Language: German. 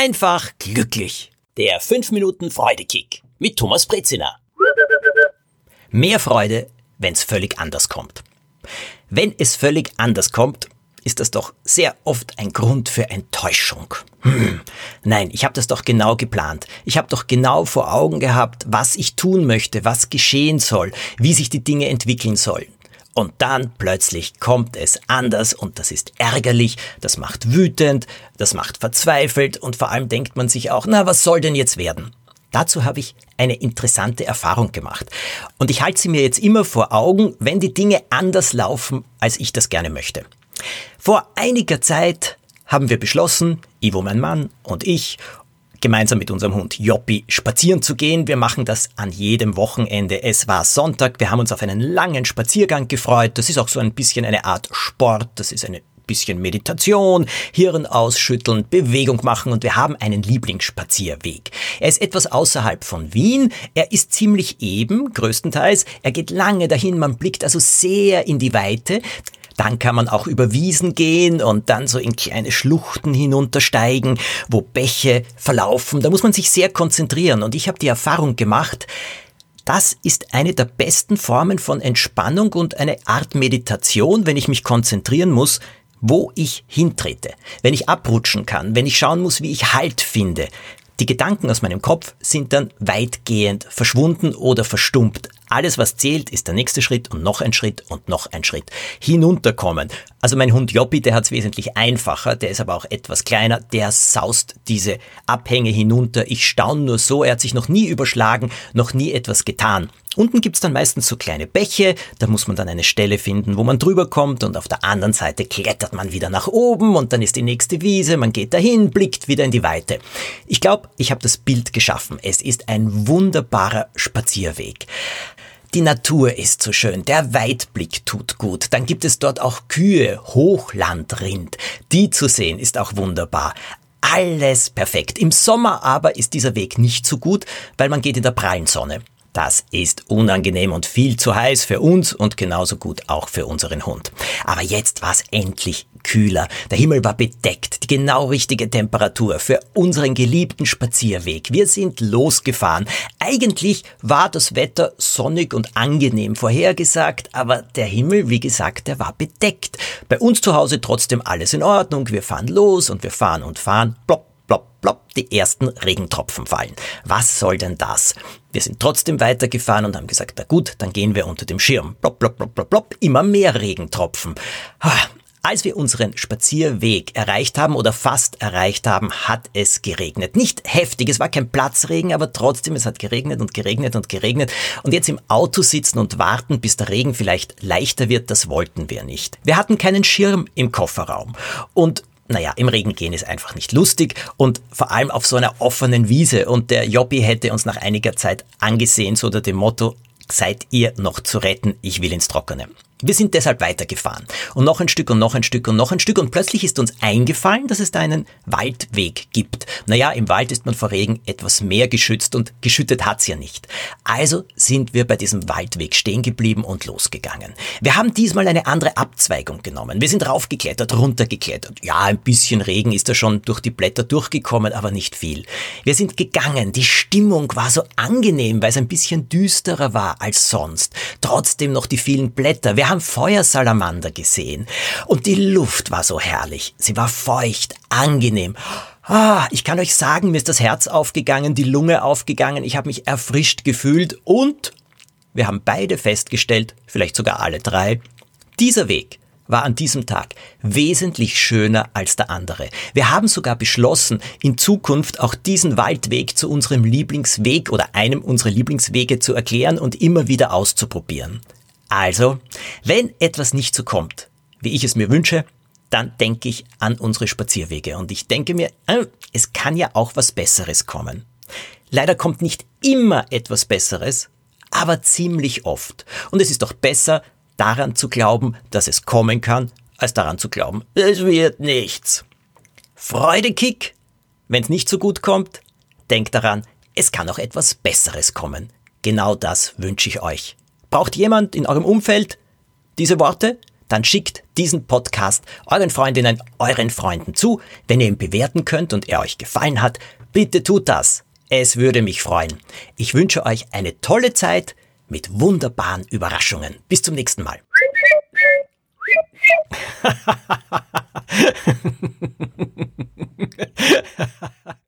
einfach glücklich. Der 5 Minuten Freudekick mit Thomas Brezina. Mehr Freude, wenn es völlig anders kommt. Wenn es völlig anders kommt, ist das doch sehr oft ein Grund für Enttäuschung. Nein, ich habe das doch genau geplant. Ich habe doch genau vor Augen gehabt, was ich tun möchte, was geschehen soll, wie sich die Dinge entwickeln sollen. Und dann plötzlich kommt es anders und das ist ärgerlich, das macht wütend, das macht verzweifelt und vor allem denkt man sich auch, was soll denn jetzt werden? Dazu habe ich eine interessante Erfahrung gemacht. Und ich halte sie mir jetzt immer vor Augen, wenn die Dinge anders laufen, als ich das gerne möchte. Vor einiger Zeit haben wir beschlossen, Ivo, mein Mann und ich, gemeinsam mit unserem Hund Joppi spazieren zu gehen. Wir machen das an jedem Wochenende. Es war Sonntag. Wir haben uns auf einen langen Spaziergang gefreut. Das ist auch so ein bisschen eine Art Sport. Das ist eine bisschen Meditation, Hirn ausschütteln, Bewegung machen und wir haben einen Lieblingsspazierweg. Er ist etwas außerhalb von Wien. Er ist ziemlich eben, größtenteils. Er geht lange dahin. Man blickt also sehr in die Weite. Dann kann man auch über Wiesen gehen und dann so in kleine Schluchten hinuntersteigen, wo Bäche verlaufen. Da muss man sich sehr konzentrieren. Und ich habe die Erfahrung gemacht, das ist eine der besten Formen von Entspannung und eine Art Meditation, wenn ich mich konzentrieren muss, wo ich hintrete. Wenn ich abrutschen kann, wenn ich schauen muss, wie ich Halt finde. Die Gedanken aus meinem Kopf sind dann weitgehend verschwunden oder verstummt. Alles, was zählt, ist der nächste Schritt und noch ein Schritt und noch ein Schritt. Hinunterkommen. Also mein Hund Joppi, der hat es wesentlich einfacher, der ist aber auch etwas kleiner, der saust diese Abhänge hinunter. Ich staune nur so, er hat sich noch nie überschlagen, noch nie etwas getan. Unten gibt's dann meistens so kleine Bäche, da muss man dann eine Stelle finden, wo man drüber kommt und auf der anderen Seite klettert man wieder nach oben und dann ist die nächste Wiese, man geht dahin, blickt wieder in die Weite. Ich glaube, ich habe das Bild geschaffen. Es ist ein wunderbarer Spazierweg. Die Natur ist so schön, der Weitblick tut gut. Dann gibt es dort auch Kühe, Hochlandrind. Die zu sehen ist auch wunderbar. Alles perfekt. Im Sommer aber ist dieser Weg nicht so gut, weil man geht in der prallen Sonne. Das ist unangenehm und viel zu heiß für uns und genauso gut auch für unseren Hund. Aber jetzt war es endlich kühler. Der Himmel war bedeckt, die genau richtige Temperatur für unseren geliebten Spazierweg. Wir sind losgefahren. Eigentlich war das Wetter sonnig und angenehm vorhergesagt, aber der Himmel, wie gesagt, der war bedeckt. Bei uns zu Hause trotzdem alles in Ordnung. Wir fahren los und wir fahren und fahren. Plopp, plopp, plopp, die ersten Regentropfen fallen. Was soll denn das? Wir sind trotzdem weitergefahren und haben gesagt, na gut, dann gehen wir unter dem Schirm. Plopp, plopp, plopp, plopp, plopp, immer mehr Regentropfen. Als wir unseren Spazierweg erreicht haben oder fast erreicht haben, hat es geregnet. Nicht heftig, es war kein Platzregen, aber trotzdem, es hat geregnet und geregnet und geregnet. Und jetzt im Auto sitzen und warten, bis der Regen vielleicht leichter wird, das wollten wir nicht. Wir hatten keinen Schirm im Kofferraum. Und im Regen gehen ist einfach nicht lustig und vor allem auf so einer offenen Wiese. Und der Joppi hätte uns nach einiger Zeit angesehen, so unter dem Motto, seid ihr noch zu retten, ich will ins Trockene. Wir sind deshalb weitergefahren und noch ein Stück und noch ein Stück und noch ein Stück und plötzlich ist uns eingefallen, dass es da einen Waldweg gibt. Im Wald ist man vor Regen etwas mehr geschützt und geschüttet hat's ja nicht. Also sind wir bei diesem Waldweg stehen geblieben und losgegangen. Wir haben diesmal eine andere Abzweigung genommen. Wir sind raufgeklettert, runtergeklettert. Ja, ein bisschen Regen ist da schon durch die Blätter durchgekommen, aber nicht viel. Wir sind gegangen. Die Stimmung war so angenehm, weil es ein bisschen düsterer war als sonst. Trotzdem noch die vielen Blätter. Wir haben Feuersalamander gesehen und die Luft war so herrlich. Sie war feucht, angenehm. Ich kann euch sagen, mir ist das Herz aufgegangen, die Lunge aufgegangen, ich habe mich erfrischt gefühlt und wir haben beide festgestellt, vielleicht sogar alle drei, dieser Weg war an diesem Tag wesentlich schöner als der andere. Wir haben sogar beschlossen, in Zukunft auch diesen Waldweg zu unserem Lieblingsweg oder einem unserer Lieblingswege zu erklären und immer wieder auszuprobieren. Also, wenn etwas nicht so kommt, wie ich es mir wünsche, dann denke ich an unsere Spazierwege und ich denke mir, es kann ja auch was Besseres kommen. Leider kommt nicht immer etwas Besseres, aber ziemlich oft. Und es ist doch besser, daran zu glauben, dass es kommen kann, als daran zu glauben, es wird nichts. Freudekick, wenn es nicht so gut kommt, denkt daran, es kann auch etwas Besseres kommen. Genau das wünsche ich euch. Braucht jemand in eurem Umfeld diese Worte? dann schickt diesen Podcast euren Freundinnen, euren Freunden zu. Wenn ihr ihn bewerten könnt und er euch gefallen hat, bitte tut das. Es würde mich freuen. Ich wünsche euch eine tolle Zeit mit wunderbaren Überraschungen. Bis zum nächsten Mal.